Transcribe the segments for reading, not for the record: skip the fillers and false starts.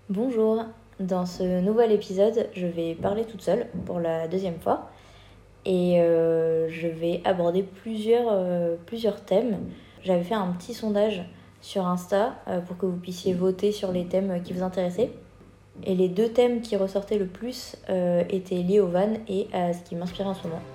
Bonjour, dans ce nouvel épisode, je vais parler toute seule pour la deuxième fois et je vais aborder plusieurs thèmes. J'avais fait un petit sondage sur Insta pour que vous puissiez voter sur les thèmes qui vous intéressaient. Et les deux thèmes qui ressortaient le plus étaient liés au van et à ce qui m'inspirait en ce moment.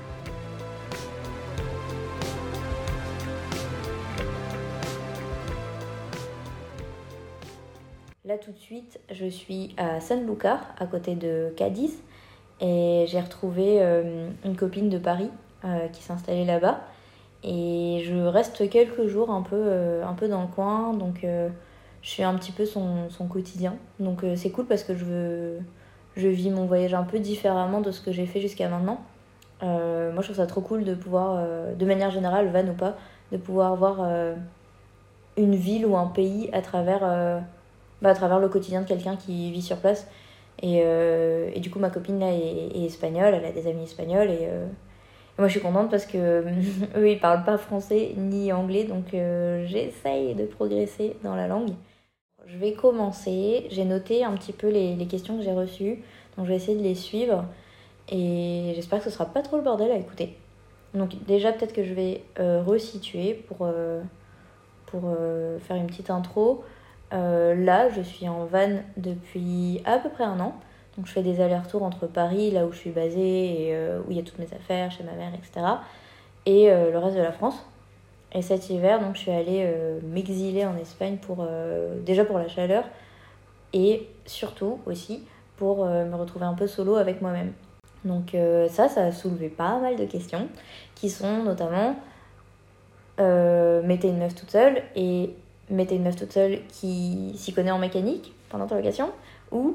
Là tout de suite, je suis à Sanlúcar, à côté de Cadiz, et j'ai retrouvé une copine de Paris qui s'est installée là-bas. Et je reste quelques jours un peu dans le coin, donc je suis un petit peu son quotidien. Donc c'est cool parce que je vis mon voyage un peu différemment de ce que j'ai fait jusqu'à maintenant. Moi je trouve ça trop cool de pouvoir, de manière générale, van ou pas, de pouvoir voir une ville ou un pays à travers le quotidien de quelqu'un qui vit sur place. Et du coup, ma copine là est espagnole, elle a des amis espagnols. Et moi, je suis contente parce que eux, ils parlent pas français ni anglais. Donc, j'essaye de progresser dans la langue. Je vais commencer. J'ai noté un petit peu les questions que j'ai reçues. Donc, je vais essayer de les suivre. Et j'espère que ce sera pas trop le bordel à écouter. Donc, déjà, peut-être que je vais resituer pour faire une petite intro. Là, je suis en van depuis à peu près un an. Donc, je fais des allers-retours entre Paris, là où je suis basée, et où il y a toutes mes affaires, chez ma mère, etc. Et le reste de la France. Et cet hiver, donc, je suis allée m'exiler en Espagne déjà pour la chaleur et surtout aussi pour me retrouver un peu solo avec moi-même. Donc, ça a soulevé pas mal de questions qui sont notamment mettez une meuf toute seule et mettez une meuf toute seule qui s'y connaît en mécanique, pendant l'interrogation, ou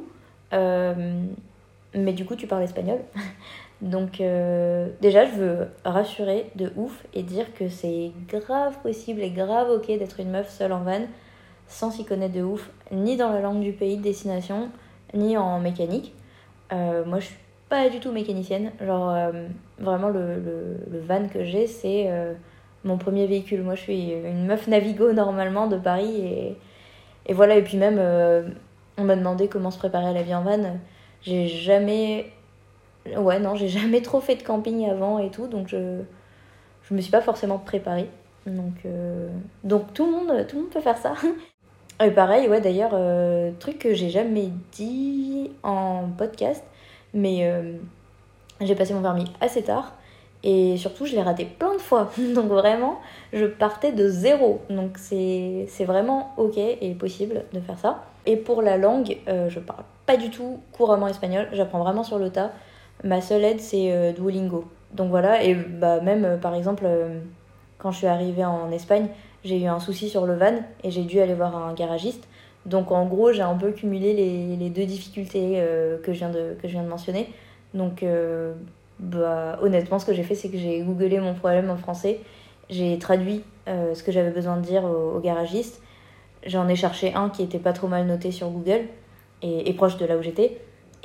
mais du coup tu parles espagnol. Donc déjà je veux rassurer de ouf et dire que c'est grave possible et grave ok d'être une meuf seule en van sans s'y connaître de ouf, ni dans la langue du pays de destination, ni en mécanique. Moi je suis pas du tout mécanicienne, genre vraiment le van que j'ai c'est mon premier véhicule. Moi, je suis une meuf navigo normalement de Paris. Et voilà, et puis même, on m'a demandé comment se préparer à la vie en van. J'ai jamais... Ouais, non, j'ai jamais trop fait de camping avant et tout, donc je me suis pas forcément préparée. Donc tout le monde peut faire ça. Et pareil, ouais, d'ailleurs, truc que j'ai jamais dit en podcast, mais j'ai passé mon permis assez tard. Et surtout, je l'ai raté plein de fois. Donc vraiment, je partais de zéro. Donc c'est vraiment ok et possible de faire ça. Et pour la langue, je parle pas du tout couramment espagnol. J'apprends vraiment sur le tas. Ma seule aide, c'est Duolingo. Donc voilà, et bah même par exemple, quand je suis arrivée en Espagne, j'ai eu un souci sur le van et j'ai dû aller voir un garagiste. Donc en gros, j'ai un peu cumulé les deux difficultés que je viens de mentionner. Donc honnêtement, ce que j'ai fait, c'est que j'ai googlé mon problème en français. J'ai traduit ce que j'avais besoin de dire au garagiste. J'en ai cherché un qui était pas trop mal noté sur Google et proche de là où j'étais.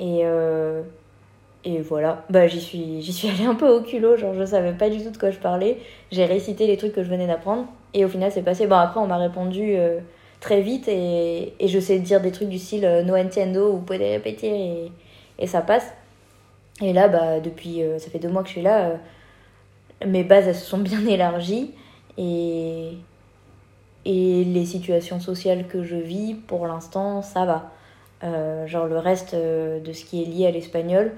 Et voilà, j'y suis allée un peu au culot, genre je savais pas du tout de quoi je parlais. J'ai récité les trucs que je venais d'apprendre et au final c'est passé. Bon, après on m'a répondu très vite et je sais dire des trucs du style no entiendo ou puede repetir et ça passe. Et là, depuis, ça fait 2 mois que je suis là, mes bases, elles se sont bien élargies. Et, et les situations sociales que je vis, pour l'instant, ça va. Genre le reste de ce qui est lié à l'espagnol,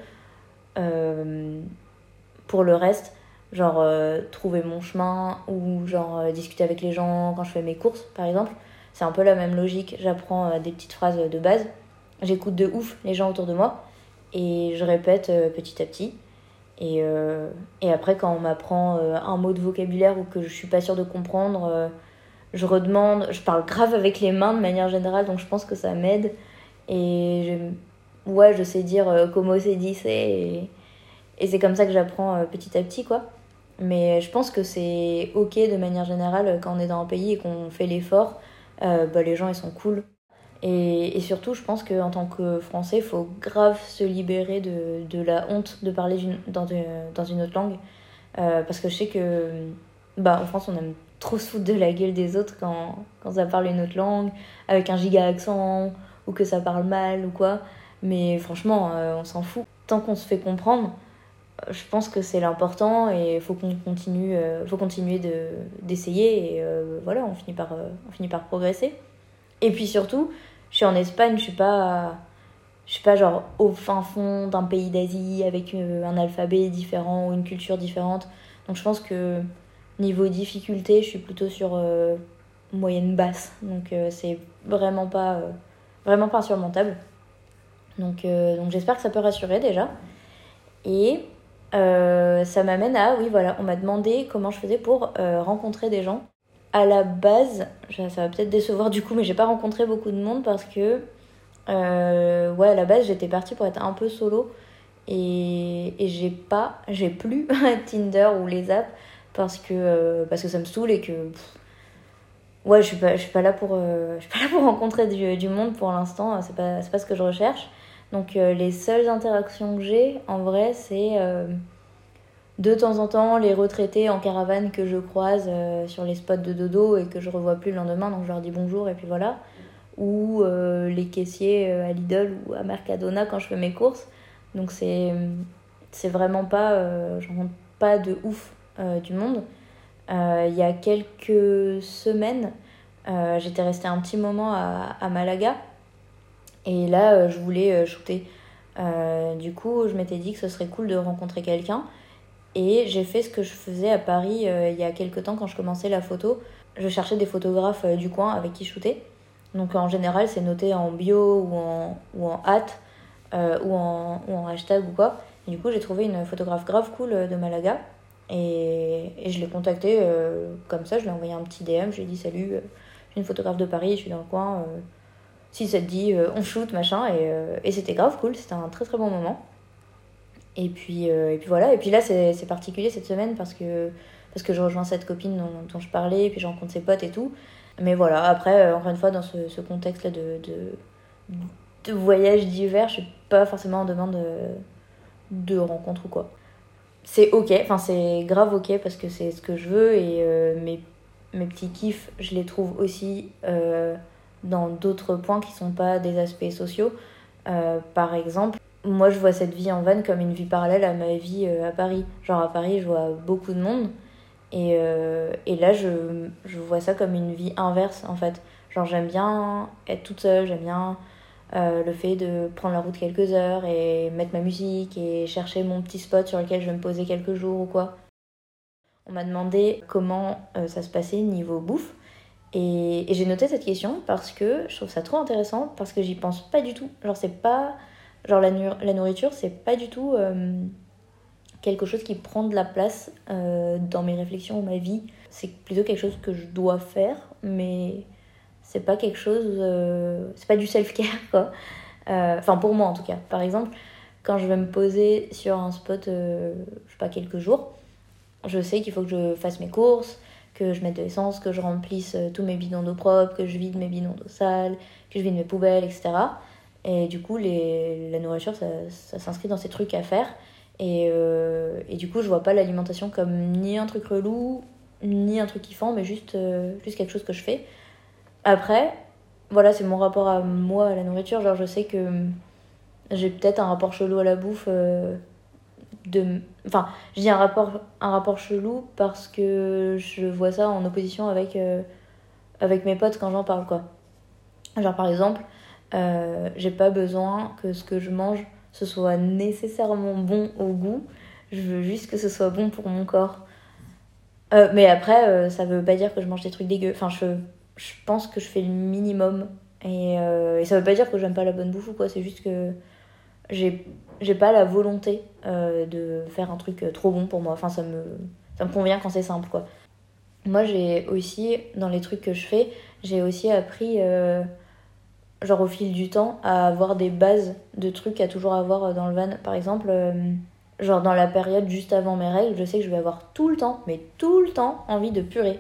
pour le reste, genre trouver mon chemin ou genre discuter avec les gens quand je fais mes courses, par exemple, c'est un peu la même logique. J'apprends des petites phrases de base. J'écoute de ouf les gens autour de moi et je répète petit à petit. Et après, quand on m'apprend un mot de vocabulaire ou que je suis pas sûre de comprendre, je redemande. Je parle grave avec les mains de manière générale, donc je pense que ça m'aide. Et je sais dire como se dice et c'est comme ça que j'apprends petit à petit, quoi. Mais je pense que c'est ok de manière générale quand on est dans un pays et qu'on fait l'effort. Les gens, ils sont cool. Et surtout, je pense qu'en tant que Français, il faut grave se libérer de la honte de parler dans une autre langue. Parce que je sais que en France, on aime trop se foutre de la gueule des autres quand ça parle une autre langue, avec un giga accent, ou que ça parle mal ou quoi. Mais franchement, on s'en fout. Tant qu'on se fait comprendre, je pense que c'est l'important et il faut qu'on continue, faut continuer d'essayer et voilà, on finit par progresser. Et puis surtout, je suis en Espagne, je suis pas genre au fin fond d'un pays d'Asie avec un alphabet différent ou une culture différente. Donc je pense que niveau difficulté, je suis plutôt sur moyenne basse. Donc c'est vraiment pas insurmontable. Donc j'espère que ça peut rassurer déjà. Et ça m'amène à, oui voilà, on m'a demandé comment je faisais pour rencontrer des gens. À la base, ça va peut-être décevoir du coup, mais j'ai pas rencontré beaucoup de monde parce que ouais, à la base j'étais partie pour être un peu solo et j'ai plus Tinder ou les apps parce que ça me saoule et que ouais, je suis pas là pour rencontrer du monde pour l'instant, c'est pas ce que je recherche. Donc les seules interactions que j'ai en vrai, c'est de temps en temps les retraités en caravane que je croise sur les spots de dodo et que je revois plus le lendemain, donc je leur dis bonjour et puis voilà. Ou les caissiers à Lidl ou à Mercadona quand je fais mes courses. Donc c'est vraiment pas je rencontre pas de ouf du monde. Il y a quelques semaines j'étais restée un petit moment à Malaga et là je voulais shooter. Du coup je m'étais dit que ce serait cool de rencontrer quelqu'un et j'ai fait ce que je faisais à Paris il y a quelques temps quand je commençais la photo. Je cherchais des photographes du coin avec qui shooter. Donc en général, c'est noté en bio ou en hâte ou en hashtag ou quoi. Et du coup, j'ai trouvé une photographe grave cool de Malaga. Et je l'ai contactée comme ça. Je lui ai envoyé un petit DM. Je lui ai dit salut, je suis une photographe de Paris, je suis dans le coin. Si ça te dit, on shoot, machin. Et c'était grave cool. C'était un très très bon moment. Et puis voilà. Et puis là, c'est particulier cette semaine parce que je rejoins cette copine dont je parlais. Et puis je rencontre ses potes et tout. Mais voilà, après, encore une fois, dans ce contexte-là de voyage d'hiver, je suis pas forcément en demande de rencontre ou quoi. C'est ok, enfin c'est grave ok parce que c'est ce que je veux et mes petits kiffs, je les trouve aussi dans d'autres points qui sont pas des aspects sociaux. Par exemple, moi je vois cette vie en van comme une vie parallèle à ma vie à Paris. Genre à Paris, je vois beaucoup de monde. Et là, je vois ça comme une vie inverse, en fait. Genre, j'aime bien être toute seule, j'aime bien le fait de prendre la route quelques heures et mettre ma musique et chercher mon petit spot sur lequel je vais me poser quelques jours ou quoi. On m'a demandé comment ça se passait niveau bouffe. Et j'ai noté cette question parce que je trouve ça trop intéressant, parce que j'y pense pas du tout. Genre, c'est pas... Genre, la nourriture, c'est pas du tout... quelque chose qui prend de la place dans mes réflexions ou ma vie. C'est plutôt quelque chose que je dois faire, mais c'est pas quelque chose... c'est pas du self-care, quoi. Enfin, pour moi, en tout cas. Par exemple, quand je vais me poser sur un spot, je sais pas, quelques jours, je sais qu'il faut que je fasse mes courses, que je mette de l'essence, que je remplisse tous mes bidons d'eau propre, que je vide mes bidons d'eau sale, que je vide mes poubelles, etc. Et du coup, la nourriture, ça s'inscrit dans ces trucs à faire. Et du coup, je vois pas l'alimentation comme ni un truc relou, ni un truc kiffant, mais juste quelque chose que je fais. Après, voilà, c'est mon rapport à moi, à la nourriture. Genre, je sais que j'ai peut-être un rapport chelou à la bouffe. Enfin, je dis un rapport chelou parce que je vois ça en opposition avec mes potes quand j'en parle, quoi. Genre, par exemple, j'ai pas besoin que ce que je mange ce soit nécessairement bon au goût. Je veux juste que ce soit bon pour mon corps. Mais après, ça veut pas dire que je mange des trucs dégueux. Enfin, je pense que je fais le minimum. Et ça veut pas dire que j'aime pas la bonne bouffe ou quoi. C'est juste que j'ai pas la volonté de faire un truc trop bon pour moi. Enfin, ça me convient quand c'est simple, quoi. Moi, j'ai aussi, dans les trucs que je fais, j'ai aussi appris... genre au fil du temps, à avoir des bases de trucs à toujours avoir dans le van. Par exemple, genre dans la période juste avant mes règles, je sais que je vais avoir tout le temps, mais tout le temps, envie de purée.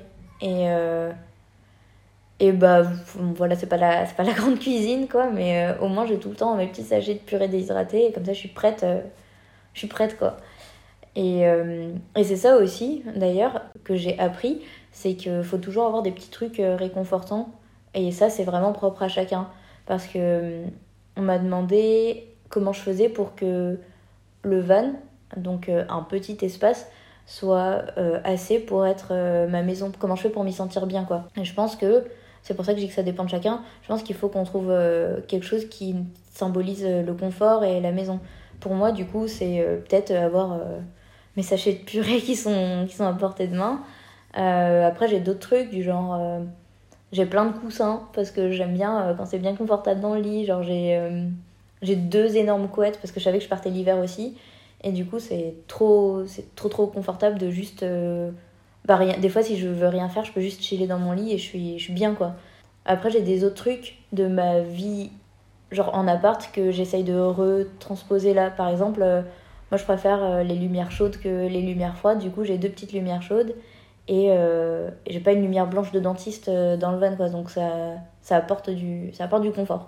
Et bah voilà, c'est pas la grande cuisine, quoi, mais au moins j'ai tout le temps mes petits sachets de purée déshydratée, et comme ça je suis prête, quoi. Et c'est ça aussi, d'ailleurs, que j'ai appris, c'est qu'il faut toujours avoir des petits trucs réconfortants. Et ça, c'est vraiment propre à chacun. parce que on m'a demandé comment je faisais pour que le van, donc un petit espace, soit assez pour être ma maison. Comment je fais pour m'y sentir bien, quoi. Et je pense que c'est pour ça que je dis que ça dépend de chacun. Je pense qu'il faut qu'on trouve quelque chose qui symbolise le confort et la maison. Pour moi, du coup, c'est peut-être avoir mes sachets de purée qui sont à portée de main. Après, j'ai d'autres trucs du genre... j'ai plein de coussins parce que j'aime bien quand c'est bien confortable dans le lit. Genre, j'ai 2 énormes couettes parce que je savais que je partais l'hiver aussi. Et du coup, c'est trop confortable de juste... rien. Des fois, si je veux rien faire, je peux juste chiller dans mon lit et je suis bien, quoi. Après, j'ai des autres trucs de ma vie, genre en appart, que j'essaye de retransposer là. Par exemple, moi, je préfère les lumières chaudes que les lumières froides. Du coup, j'ai 2 petites lumières chaudes et j'ai pas une lumière blanche de dentiste dans le van, quoi. Donc, ça apporte du confort.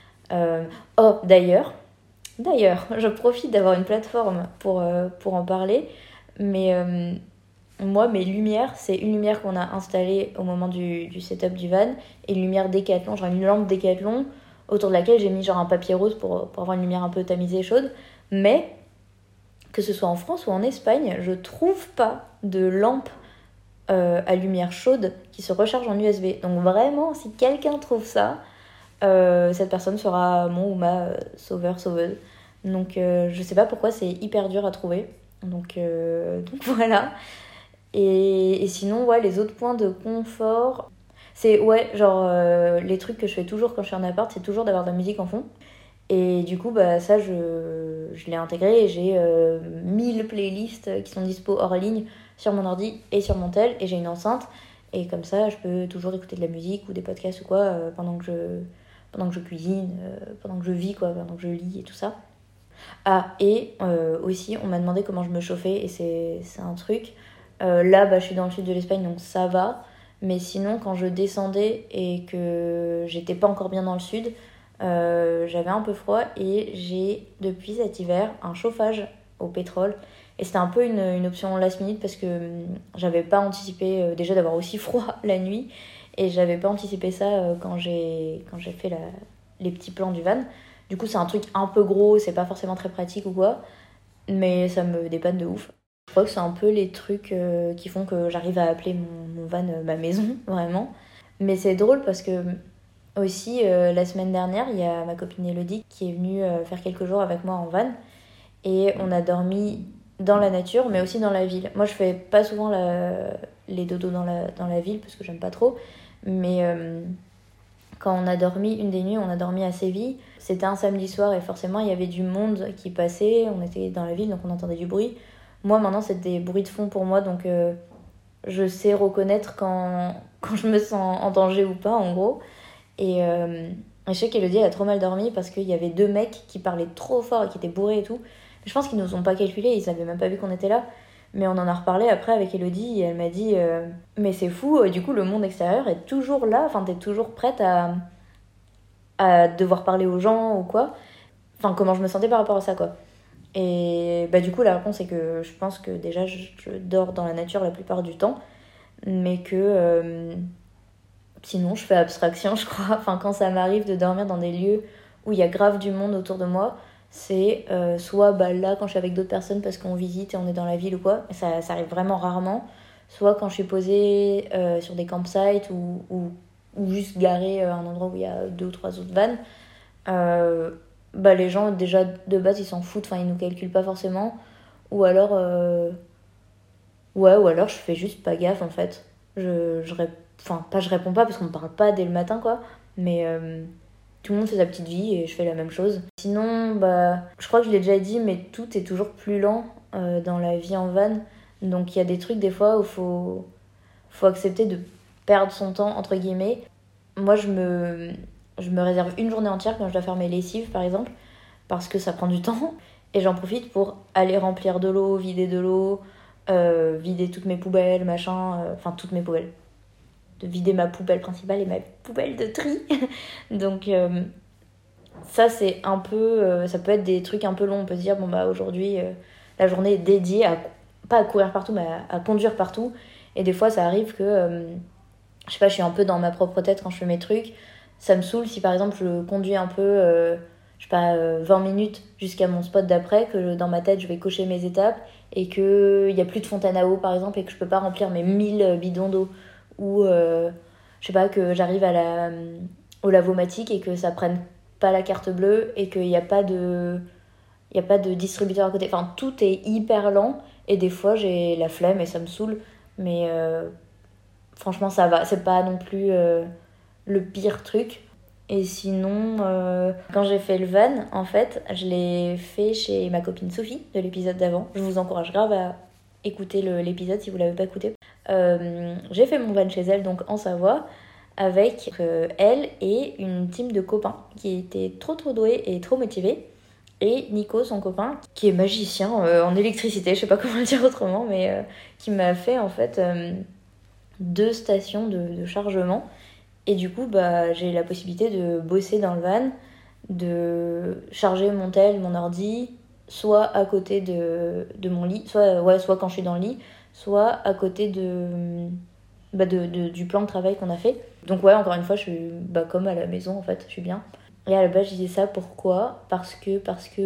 Oh, d'ailleurs, je profite d'avoir une plateforme pour en parler, mais moi, mes lumières, c'est une lumière qu'on a installée au moment du setup du van et une lumière Décathlon, genre une lampe Décathlon autour de laquelle j'ai mis genre un papier rose pour avoir une lumière un peu tamisée et chaude. Mais que ce soit en France ou en Espagne, je trouve pas de lampe à lumière chaude qui se recharge en USB. Donc vraiment, si quelqu'un trouve ça, cette personne sera mon ou ma sauveuse. Donc je sais pas pourquoi, c'est hyper dur à trouver. Donc voilà. Et sinon, ouais, les autres points de confort, c'est, ouais, genre, les trucs que je fais toujours quand je suis en appart, c'est toujours d'avoir de la musique en fond. Et du coup, bah, ça, je l'ai intégré et j'ai 1000 playlists qui sont dispo hors ligne sur mon ordi et sur mon tel. Et j'ai une enceinte. Et comme ça, je peux toujours écouter de la musique ou des podcasts ou quoi pendant que je cuisine, pendant que je vis, quoi, pendant que je lis et tout ça. Ah, et aussi, on m'a demandé comment je me chauffais et c'est un truc. Là, bah, je suis dans le sud de l'Espagne, donc ça va. Mais sinon, quand je descendais et que j'étais pas encore bien dans le sud, j'avais un peu froid et j'ai, depuis cet hiver, un chauffage au pétrole. Et c'était un peu une option last minute parce que j'avais pas anticipé déjà d'avoir aussi froid la nuit. Et j'avais pas anticipé ça quand j'ai fait les petits plans du van. Du coup, c'est un truc un peu gros, c'est pas forcément très pratique ou quoi. Mais ça me dépanne de ouf. Je crois que c'est un peu les trucs qui font que j'arrive à appeler mon van ma maison, vraiment. Mais c'est drôle parce que aussi, la semaine dernière, il y a ma copine Elodie qui est venue faire quelques jours avec moi en van. Et on a dormi dans la nature, mais aussi dans la ville. Moi, je fais pas souvent les dodos dans la ville parce que j'aime pas trop. Mais quand on a dormi, une des nuits, on a dormi à Séville. C'était un samedi soir et forcément, il y avait du monde qui passait. On était dans la ville, donc on entendait du bruit. Moi, maintenant, c'est des bruits de fond pour moi, donc je sais reconnaître quand je me sens en danger ou pas, en gros. Et je sais qu'Elodie, elle a trop mal dormi parce qu'il y avait 2 mecs qui parlaient trop fort et qui étaient bourrés et tout. Je pense qu'ils nous ont pas calculé, ils avaient même pas vu qu'on était là. Mais on en a reparlé après avec Elodie et elle m'a dit mais c'est fou, du coup, le monde extérieur est toujours là, enfin, t'es toujours prête à devoir parler aux gens ou quoi. Enfin, comment je me sentais par rapport à ça, quoi. Et bah, du coup, la réponse est que je pense que déjà, je dors dans la nature la plupart du temps, mais que sinon, je fais abstraction, je crois. Enfin, quand ça m'arrive de dormir dans des lieux où il y a grave du monde autour de moi, c'est soit bah, là, quand je suis avec d'autres personnes parce qu'on visite et on est dans la ville ou quoi, ça arrive vraiment rarement, soit quand je suis posée sur des campsites ou juste garée à un endroit où il y a 2 ou 3 autres vannes. Bah, les gens déjà de base ils s'en foutent, enfin ils nous calculent pas forcément, ou alors ou alors je fais juste pas gaffe en fait. Enfin pas je réponds pas parce qu'on me parle pas dès le matin, quoi, mais tout le monde fait sa petite vie et je fais la même chose. Sinon, bah je crois que je l'ai déjà dit, mais tout est toujours plus lent dans la vie en van, donc il y a des trucs des fois où faut accepter de perdre son temps entre guillemets. Moi je me réserve une journée entière quand je dois faire mes lessives, par exemple, parce que ça prend du temps. Et j'en profite pour aller remplir de l'eau, vider de l'eau, vider toutes mes poubelles, machin. Enfin, toutes mes poubelles. De vider ma poubelle principale et ma poubelle de tri. Donc, ça, c'est un peu... ça peut être des trucs un peu longs. On peut se dire, bon, bah, aujourd'hui, la journée est dédiée pas à courir partout, mais à conduire partout. Et des fois, ça arrive que... je sais pas, je suis un peu dans ma propre tête quand je fais mes trucs. ça me saoule si par exemple je conduis un peu, je sais pas, 20 minutes jusqu'à mon spot d'après, que dans ma tête je vais cocher mes étapes et qu'il n'y a plus de fontaine à eau par exemple et que je peux pas remplir mes 1000 bidons d'eau. Ou je sais pas, que j'arrive au lavomatique et que ça prenne pas la carte bleue et qu'il n'y a pas de... Il n'y a pas de distributeur à côté. Enfin, tout est hyper lent et des fois j'ai la flemme et ça me saoule. Mais franchement, ça va. C'est pas non plus le pire truc. Et sinon, quand j'ai fait le van, en fait, je l'ai fait chez ma copine Sophie de l'épisode d'avant. Je vous encourage grave à écouter l'épisode si vous l'avez pas écouté. J'ai fait mon van chez elle, donc en Savoie, avec elle et une team de copains qui étaient trop doués et trop motivés. Et Nico, son copain, qui est magicien en électricité, je sais pas comment le dire autrement, mais qui m'a fait en fait 2 stations de chargement. Et du coup, bah, j'ai la possibilité de bosser dans le van, de charger mon tel, mon ordi, soit à côté de mon lit, soit quand je suis dans le lit, soit à côté du plan de travail qu'on a fait. Donc ouais, encore une fois, je suis comme à la maison en fait, je suis bien. Et à la base, je disais ça pourquoi ? Parce que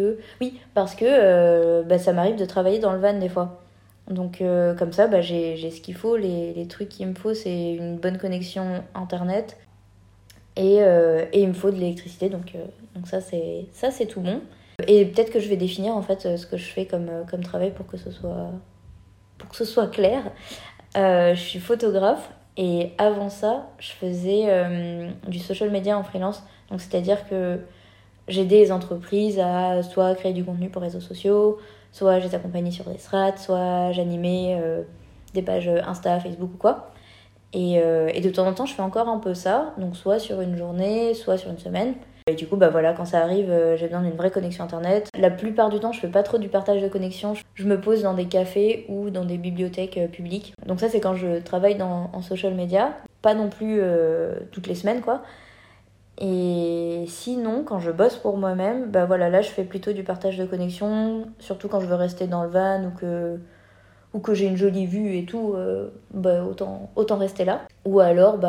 ça m'arrive de travailler dans le van des fois. Donc comme ça, j'ai ce qu'il faut, les trucs qu'il me faut, c'est une bonne connexion internet et il me faut de l'électricité, donc ça c'est tout bon. Et peut-être que je vais définir en fait ce que je fais comme travail pour que ce soit clair. Je suis photographe et avant ça, je faisais du social media en freelance. Donc c'est-à-dire que j'aidais les entreprises à soit créer du contenu pour réseaux sociaux, soit je les accompagnais sur des strats, soit j'animais des pages Insta, Facebook ou quoi. Et de temps en temps, je fais encore un peu ça, donc soit sur une journée, soit sur une semaine. Et du coup, voilà, quand ça arrive, j'ai besoin d'une vraie connexion internet. La plupart du temps, je fais pas trop du partage de connexion. Je me pose dans des cafés ou dans des bibliothèques publiques. Donc ça, c'est quand je travaille en social media. Pas non plus toutes les semaines, quoi. Et sinon, quand je bosse pour moi-même, là, je fais plutôt du partage de connexion, surtout quand je veux rester dans le van ou que j'ai une jolie vue et tout, autant rester là. Ou alors,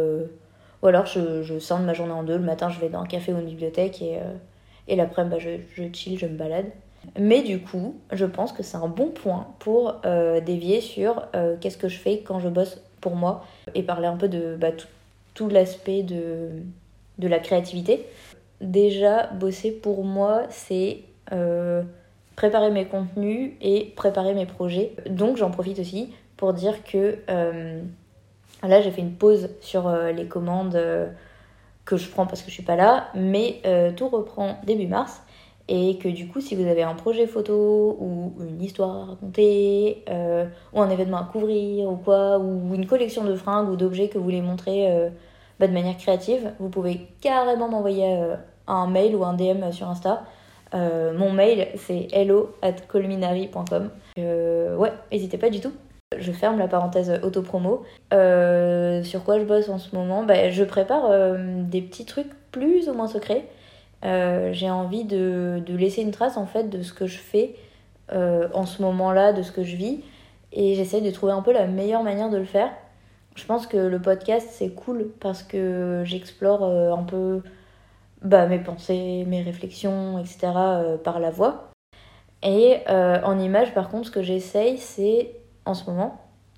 je scinde ma journée en deux. Le matin, je vais dans un café ou une bibliothèque et l'après-midi, je chill, je me balade. Mais du coup, je pense que c'est un bon point pour dévier sur qu'est-ce que je fais quand je bosse pour moi et parler un peu de tout l'aspect de la créativité. Déjà, bosser pour moi, c'est préparer mes contenus et préparer mes projets. Donc j'en profite aussi pour dire que là j'ai fait une pause sur les commandes que je prends parce que je suis pas là, mais tout reprend début mars. Et que du coup, si vous avez un projet photo ou une histoire à raconter, ou un événement à couvrir ou quoi, ou une collection de fringues ou d'objets que vous voulez montrer de manière créative, vous pouvez carrément m'envoyer un mail ou un DM sur Insta. Mon mail, c'est hello@colminari.com. Ouais, n'hésitez pas du tout. Je ferme la parenthèse autopromo. Sur quoi je bosse en ce moment ? Je prépare des petits trucs plus ou moins secrets. J'ai envie de laisser une trace en fait de ce que je fais en ce moment-là, de ce que je vis, et j'essaie de trouver un peu la meilleure manière de le faire. Je pense que le podcast c'est cool parce que j'explore un peu mes pensées, mes réflexions, etc. Par la voix. Et en image, par contre, ce que j'essaye, c'est en ce moment,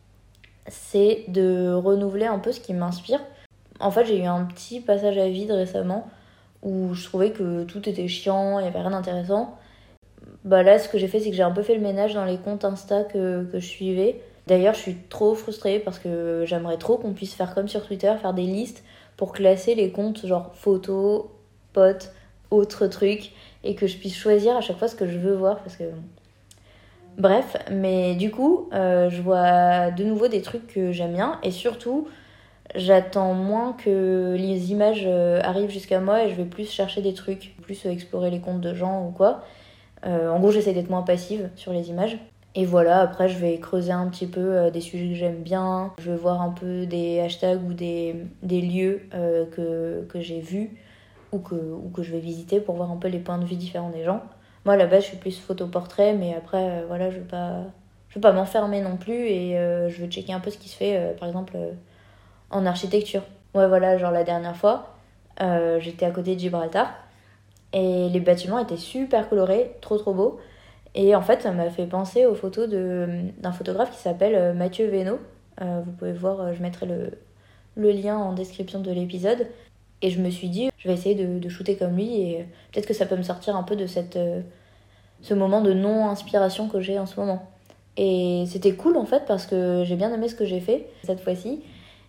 c'est de renouveler un peu ce qui m'inspire. En fait, j'ai eu un petit passage à vide récemment où je trouvais que tout était chiant, il n'y avait rien d'intéressant. Là, ce que j'ai fait, c'est que j'ai un peu fait le ménage dans les comptes Insta que je suivais. D'ailleurs, je suis trop frustrée parce que j'aimerais trop qu'on puisse faire comme sur Twitter, faire des listes pour classer les comptes genre photos, potes, autres trucs, et que je puisse choisir à chaque fois ce que je veux voir parce que... Bref, mais du coup, je vois de nouveau des trucs que j'aime bien et surtout... J'attends moins que les images arrivent jusqu'à moi et je vais plus chercher des trucs, plus explorer les comptes de gens ou quoi. En gros, j'essaie d'être moins passive sur les images. Et voilà, après, je vais creuser un petit peu des sujets que j'aime bien. Je vais voir un peu des hashtags ou des lieux que j'ai vus ou que je vais visiter pour voir un peu les points de vue différents des gens. Moi, à la base, je suis plus photo-portrait, mais après, je veux pas m'enfermer non plus et je veux checker un peu ce qui se fait, par exemple... en architecture. Ouais, voilà, genre la dernière fois, J'étais à côté de Gibraltar. Et les bâtiments étaient super colorés, trop beaux. Et en fait, ça m'a fait penser aux photos d'un photographe qui s'appelle Mathieu Vénaud. Vous pouvez voir, je mettrai le lien en description de l'épisode. Et je me suis dit, je vais essayer de shooter comme lui et peut-être que ça peut me sortir un peu de ce moment de non-inspiration que j'ai en ce moment. Et c'était cool en fait parce que j'ai bien aimé ce que j'ai fait cette fois-ci.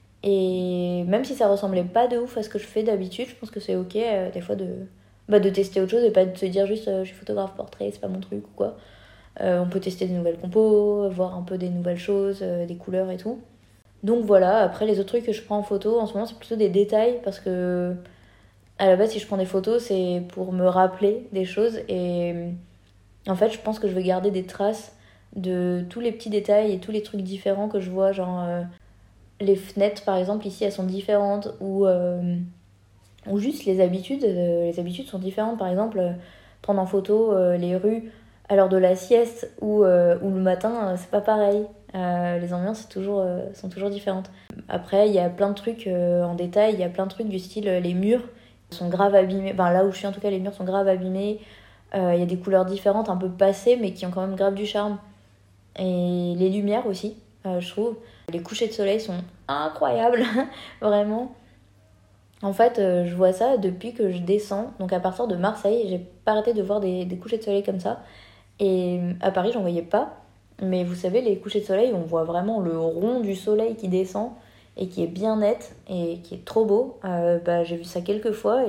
Et même si ça ressemblait pas de ouf à ce que je fais d'habitude, je pense que c'est ok des fois de tester autre chose et pas de se dire juste je suis photographe portrait, c'est pas mon truc ou quoi. On peut tester des nouvelles compos, voir un peu des nouvelles choses, des couleurs et tout. Donc voilà, après les autres trucs que je prends en photo en ce moment c'est plutôt des détails parce que à la base si je prends des photos c'est pour me rappeler des choses et en fait je pense que je veux garder des traces de tous les petits détails et tous les trucs différents que je vois, genre les fenêtres par exemple ici elles sont différentes ou juste les habitudes sont différentes, par exemple prendre en photo les rues à l'heure de la sieste ou le matin c'est pas pareil. Les ambiances sont toujours différentes. Après, il y a plein de trucs en détail, il y a plein de trucs du style les murs sont grave abîmés. Enfin, là où je suis, en tout cas, les murs sont grave abîmés. Il y a des couleurs différentes, un peu passées, mais qui ont quand même grave du charme. Et les lumières aussi, je trouve. Les couchers de soleil sont incroyables, vraiment. En fait, je vois ça depuis que je descends. Donc à partir de Marseille, j'ai pas arrêté de voir des couchers de soleil comme ça. Et à Paris, j'en voyais pas. Mais vous savez, les couchers de soleil, on voit vraiment le rond du soleil qui descend et qui est bien net et qui est trop beau. J'ai vu ça quelques fois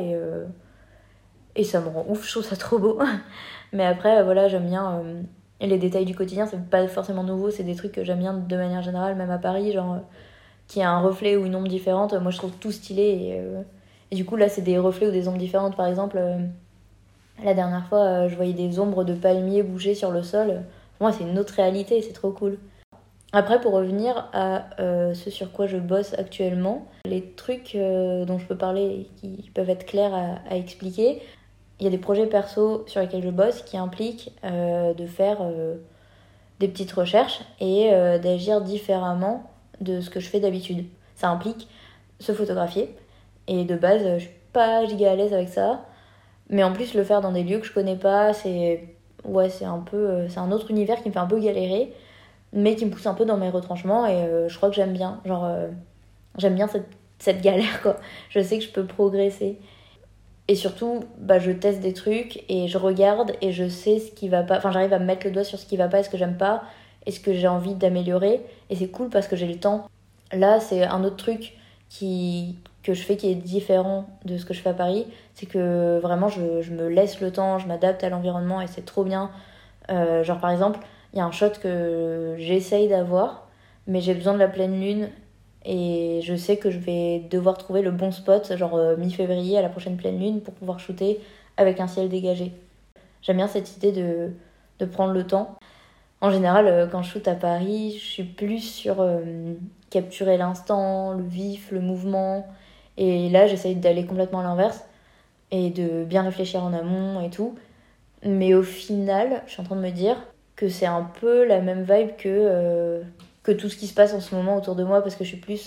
et ça me rend ouf, je trouve ça trop beau. Mais après, voilà, j'aime bien les détails du quotidien, c'est pas forcément nouveau, c'est des trucs que j'aime bien de manière générale, même à Paris, genre qu'il y a un reflet ou une ombre différente. Moi, je trouve tout stylé et du coup, là, c'est des reflets ou des ombres différentes. Par exemple, la dernière fois, je voyais des ombres de palmiers bouger sur le sol. Pour moi, c'est une autre réalité, c'est trop cool. Après, pour revenir à ce sur quoi je bosse actuellement, les trucs dont je peux parler et qui peuvent être clairs à expliquer, il y a des projets perso sur lesquels je bosse qui impliquent de faire des petites recherches et d'agir différemment de ce que je fais d'habitude. Ça implique se photographier et de base, je suis pas giga à l'aise avec ça. Mais en plus, le faire dans des lieux que je connais pas, c'est un peu c'est un autre univers qui me fait un peu galérer, mais qui me pousse un peu dans mes retranchements et je crois que j'aime bien. Genre, j'aime bien cette galère, quoi. Je sais que je peux progresser. Et surtout, je teste des trucs et je regarde et je sais ce qui va pas. Enfin, j'arrive à me mettre le doigt sur ce qui va pas et ce que j'aime pas et ce que j'ai envie d'améliorer. Et c'est cool parce que j'ai le temps. Là, c'est un autre truc que je fais qui est différent de ce que je fais à Paris. C'est que vraiment, je me laisse le temps, je m'adapte à l'environnement et c'est trop bien. Genre, par exemple, il y a un shot que j'essaye d'avoir, mais j'ai besoin de la pleine lune et je sais que je vais devoir trouver le bon spot, genre mi-février à la prochaine pleine lune, pour pouvoir shooter avec un ciel dégagé. J'aime bien cette idée de prendre le temps. En général, quand je shoot à Paris, je suis plus sur capturer l'instant, le vif, le mouvement. Et là, j'essaye d'aller complètement à l'inverse et de bien réfléchir en amont et tout. Mais au final, je suis en train de me dire que c'est un peu la même vibe que tout ce qui se passe en ce moment autour de moi parce que je suis plus...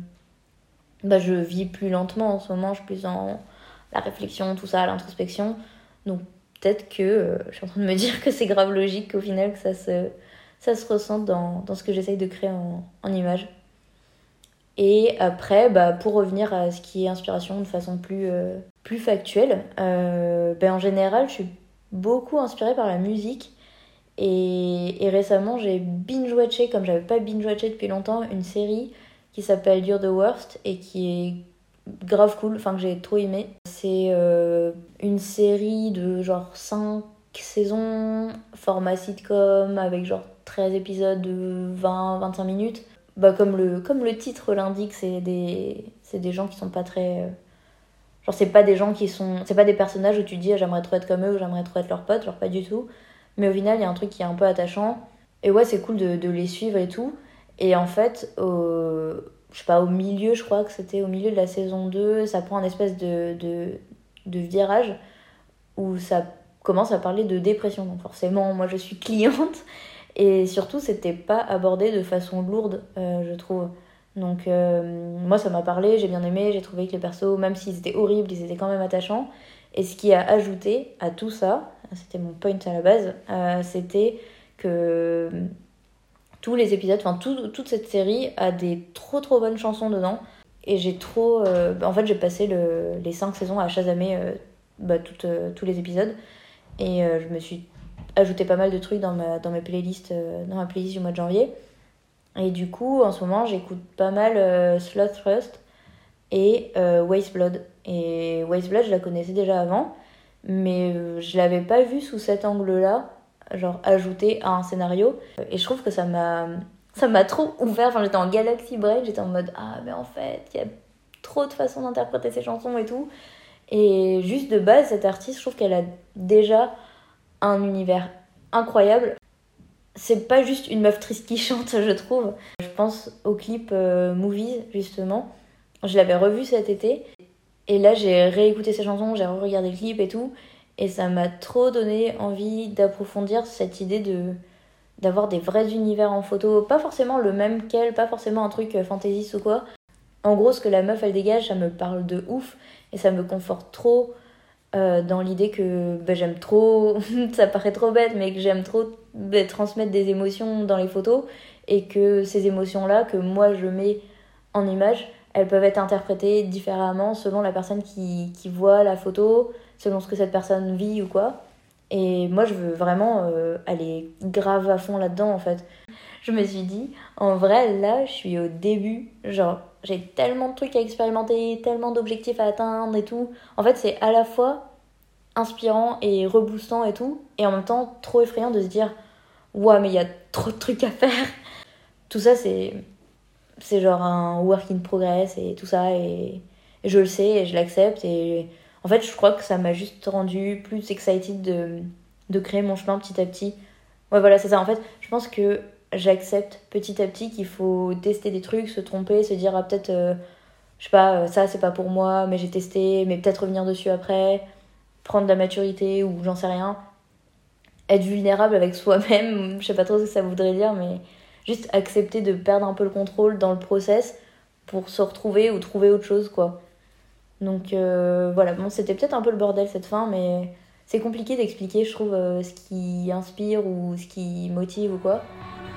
je vis plus lentement en ce moment, je suis plus dans la réflexion, tout ça, l'introspection. Donc peut-être que je suis en train de me dire que c'est grave logique au final que ça se ressente dans ce que j'essaye de créer en images. Et après, pour revenir à ce qui est inspiration de façon plus factuelle, en général, je suis beaucoup inspirée par la musique. Et récemment, j'ai binge-watché, comme j'avais pas binge-watché depuis longtemps, une série qui s'appelle You're the Worst et qui est grave cool, enfin que j'ai trop aimé. C'est une série de genre 5 saisons, format sitcom, avec genre 13 épisodes de 20-25 minutes. Comme le titre l'indique, c'est des gens qui sont pas très... Genre c'est pas des gens c'est pas des personnages où tu te dis j'aimerais trop être comme eux ou j'aimerais trop être leur pote, genre pas du tout. Mais au final, il y a un truc qui est un peu attachant. Et ouais, c'est cool de les suivre et tout. Et en fait, je sais pas, au milieu, je crois que c'était au milieu de la saison 2, ça prend un espèce de virage où ça commence à parler de dépression. Donc forcément, moi je suis cliente. Et surtout, c'était pas abordé de façon lourde, je trouve. Donc moi ça m'a parlé, j'ai bien aimé, j'ai trouvé que les persos, même s'ils étaient horribles, ils étaient quand même attachants. Et ce qui a ajouté à tout ça, c'était mon point à la base, c'était que tous les épisodes, enfin toute cette série a des trop bonnes chansons dedans. Et j'ai trop... en fait j'ai passé les 5 saisons à chasamer tous les épisodes. Et je me suis ajouté pas mal de trucs dans ma playlist du mois de janvier. Et du coup, en ce moment, j'écoute pas mal Slothrust et Waste Blood. Et Waste Blood, je la connaissais déjà avant, mais je l'avais pas vue sous cet angle-là, genre ajouté à un scénario. Et je trouve que ça m'a trop ouvert. Enfin, j'étais en Galaxy Brain, j'étais en mode ah, mais en fait, il y a trop de façons d'interpréter ces chansons et tout. Et juste de base, cette artiste, je trouve qu'elle a déjà un univers incroyable. C'est pas juste une meuf triste qui chante, je trouve. Je pense au clip Movies, justement. Je l'avais revu cet été. Et là, j'ai réécouté ses chansons, j'ai regardé le clip et tout. Et ça m'a trop donné envie d'approfondir cette idée d'avoir des vrais univers en photo. Pas forcément le même qu'elle, pas forcément un truc fantaisiste ou quoi. En gros, ce que la meuf, elle dégage, ça me parle de ouf. Et ça me conforte trop dans l'idée que j'aime trop, ça paraît trop bête, mais que j'aime trop transmettre des émotions dans les photos et que ces émotions-là que moi je mets en image, elles peuvent être interprétées différemment selon la personne qui voit la photo, selon ce que cette personne vit ou quoi. Et moi je veux vraiment aller grave à fond là-dedans en fait. Je me suis dit, en vrai là je suis au début, genre j'ai tellement de trucs à expérimenter, tellement d'objectifs à atteindre et tout. En fait, c'est à la fois inspirant et reboostant et tout, et en même temps trop effrayant de se dire ouais, mais il y a trop de trucs à faire. Tout ça, c'est genre un work in progress et tout ça, et je le sais et je l'accepte. Et en fait, je crois que ça m'a juste rendu plus excited de créer mon chemin petit à petit. Ouais, voilà, c'est ça. En fait, je pense que j'accepte petit à petit qu'il faut tester des trucs, se tromper, se dire ah, peut-être je sais pas, ça c'est pas pour moi, mais j'ai testé, mais peut-être revenir dessus après, prendre de la maturité ou j'en sais rien, être vulnérable avec soi-même, je sais pas trop ce que ça voudrait dire, mais juste accepter de perdre un peu le contrôle dans le process pour se retrouver ou trouver autre chose, quoi. Donc voilà, bon, c'était peut-être un peu le bordel cette fin, mais c'est compliqué d'expliquer, je trouve, ce qui inspire ou ce qui motive ou quoi.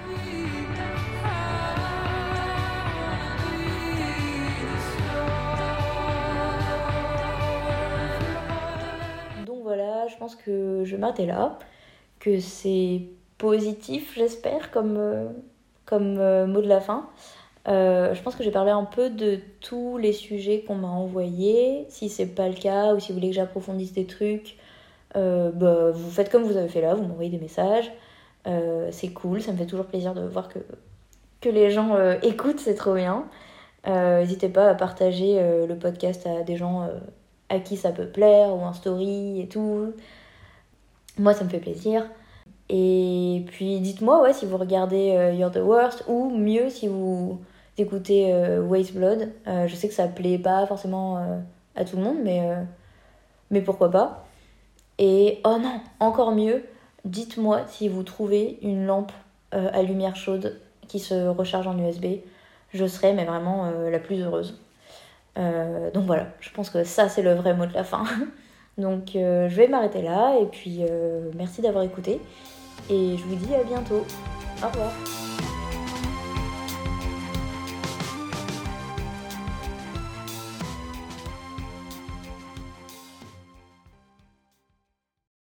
Donc voilà, je pense que je vais m'arrêter là, que c'est positif, j'espère, comme mot de la fin. Je pense que j'ai parlé un peu de tous les sujets qu'on m'a envoyés. Si c'est pas le cas ou si vous voulez que j'approfondisse des trucs, vous faites comme vous avez fait là, vous m'envoyez des messages. C'est cool, ça me fait toujours plaisir de voir que les gens écoutent, c'est trop bien. N'hésitez pas à partager le podcast à des gens à qui ça peut plaire, ou en story et tout. Moi, ça me fait plaisir. Et puis dites-moi si vous regardez You're the Worst, ou mieux si vous écoutez Waste Blood. Je sais que ça plaît pas forcément à tout le monde, mais pourquoi pas. Et oh non, encore mieux, dites-moi si vous trouvez une lampe à lumière chaude qui se recharge en USB. Je serai mais vraiment la plus heureuse. Donc voilà, je pense que ça c'est le vrai mot de la fin. Donc je vais m'arrêter là, et puis merci d'avoir écouté. Et je vous dis à bientôt. Au revoir.